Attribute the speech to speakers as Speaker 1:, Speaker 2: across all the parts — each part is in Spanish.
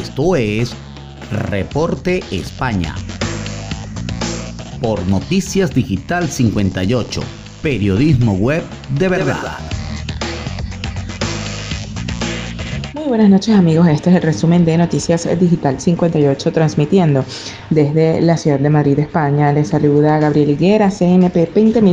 Speaker 1: Esto es Reporte España. Por Noticias Digital 58, periodismo web de verdad.
Speaker 2: Muy buenas noches, amigos, este es el resumen de Noticias Digital 58, transmitiendo desde la ciudad de Madrid, España. Les saluda Gabriel Higuera, CNP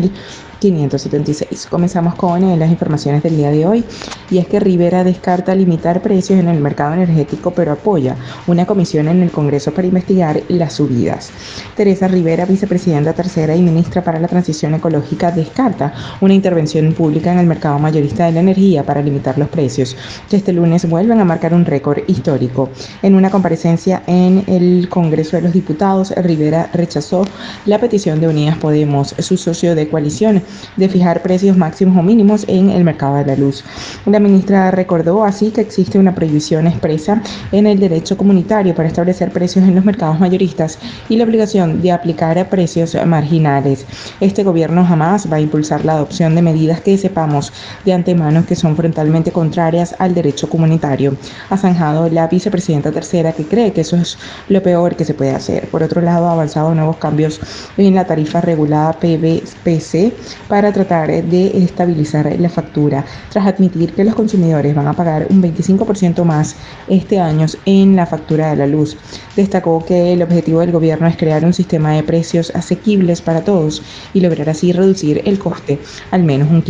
Speaker 2: 20576. Comenzamos con las informaciones del día de hoy, y es que Rivera descarta limitar precios en el mercado energético, pero apoya una comisión en el Congreso para investigar las subidas. Teresa Rivera, vicepresidenta tercera y ministra para la transición ecológica, descarta una intervención pública en el mercado mayorista de la energía para limitar los precios, que este lunes vuelven a marcar un récord histórico. En una comparecencia en el Congreso de los Diputados, Rivera rechazó la petición de Unidas Podemos, su socio de coalición, de fijar precios máximos o mínimos en el mercado de la luz. La ministra recordó así que existe una prohibición expresa en el derecho comunitario para establecer precios en los mercados mayoristas y la obligación de aplicar precios marginales. Este gobierno jamás va a impulsar la adopción de medidas que sepamos de antemano que son frontalmente contrarias al derecho comunitario, ha zanjado la vicepresidenta tercera, que cree que eso es lo peor que se puede hacer. Por otro lado, ha avanzado nuevos cambios en la tarifa regulada PVPC para tratar de estabilizar la factura, tras admitir que los consumidores van a pagar un 25% más este año en la factura de la luz. Destacó que el objetivo del gobierno es crear un sistema de precios asequibles para todos y lograr así reducir el coste al menos un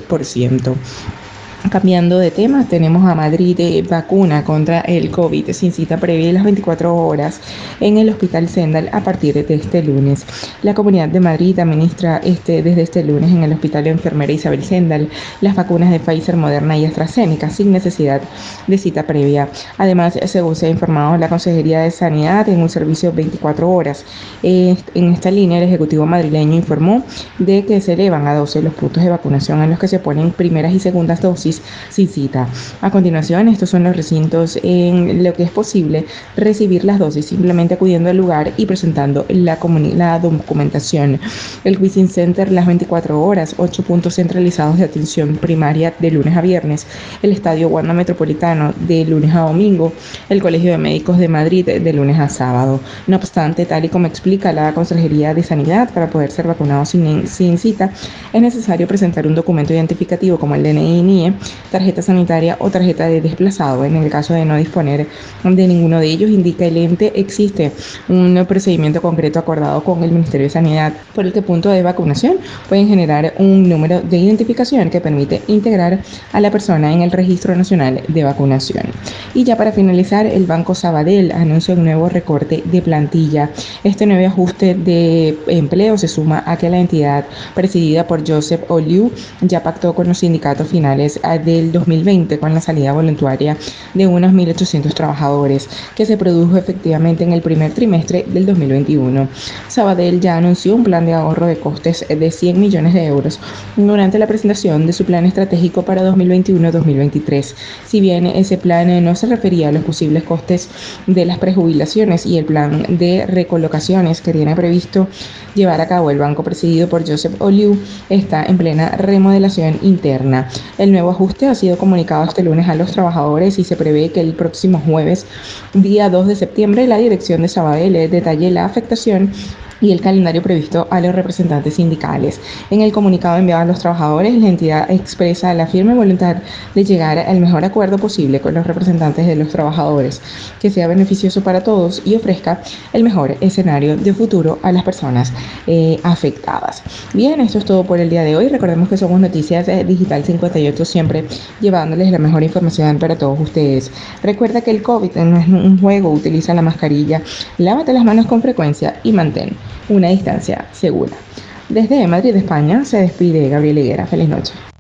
Speaker 2: 15%. Cambiando de tema, tenemos a Madrid vacuna contra el COVID sin cita previa de las 24 horas en el Hospital Zendal a partir de este lunes. La Comunidad de Madrid administra desde este lunes en el Hospital de Enfermera Isabel Zendal las vacunas de Pfizer, Moderna y AstraZeneca sin necesidad de cita previa. Además, según se ha informado la Consejería de Sanidad, en un servicio 24 horas. En esta línea, el Ejecutivo madrileño informó de que se elevan a 12 los puntos de vacunación en los que se ponen primeras y segundas dosis sin cita. A continuación, estos son los recintos en lo que es posible recibir las dosis simplemente acudiendo al lugar y presentando la documentación. El Wishing Center las 24 horas, 8 puntos centralizados de atención primaria de lunes a viernes, el Estadio Wanda Metropolitano de lunes a domingo, el Colegio de Médicos de Madrid de lunes a sábado. No obstante, tal y como explica la Consejería de Sanidad, para poder ser vacunado sin cita es necesario presentar un documento identificativo como el DNI, NIE, tarjeta sanitaria o tarjeta de desplazado. En el caso de no disponer de ninguno de ellos, indica el ente, existe un procedimiento concreto acordado con el Ministerio de Sanidad por el que punto de vacunación pueden generar un número de identificación que permite integrar a la persona en el Registro Nacional de Vacunación. Y ya para finalizar, el Banco Sabadell anuncia un nuevo recorte de plantilla. Este nuevo ajuste de empleo se suma a que la entidad presidida por Josep Oliu ya pactó con los sindicatos finales del 2020 con la salida voluntaria de unos 1.800 trabajadores, que se produjo efectivamente en el primer trimestre del 2021. Sabadell ya anunció un plan de ahorro de costes de 100 millones de euros durante la presentación de su plan estratégico para 2021-2023. Si bien ese plan no se refería a los posibles costes de las prejubilaciones y el plan de recolocaciones que tiene previsto llevar a cabo el banco presidido por Josep Oliu, está en plena remodelación interna. El nuevo ajuste ha sido comunicado este lunes a los trabajadores y se prevé que el próximo jueves, día 2 de septiembre, la dirección de Sabadell detalle la afectación y el calendario previsto a los representantes sindicales. En el comunicado enviado a los trabajadores, la entidad expresa la firme voluntad de llegar al mejor acuerdo posible con los representantes de los trabajadores, que sea beneficioso para todos y ofrezca el mejor escenario de futuro a las personas afectadas. Bien, esto es todo por el día de hoy. Recordemos que somos Noticias Digital 58, siempre llevándoles la mejor información para todos ustedes. Recuerda que el COVID no es un juego, utiliza la mascarilla, lávate las manos con frecuencia y mantén una distancia segura. Desde Madrid, España, se despide Gabriel Higuera. Feliz noche.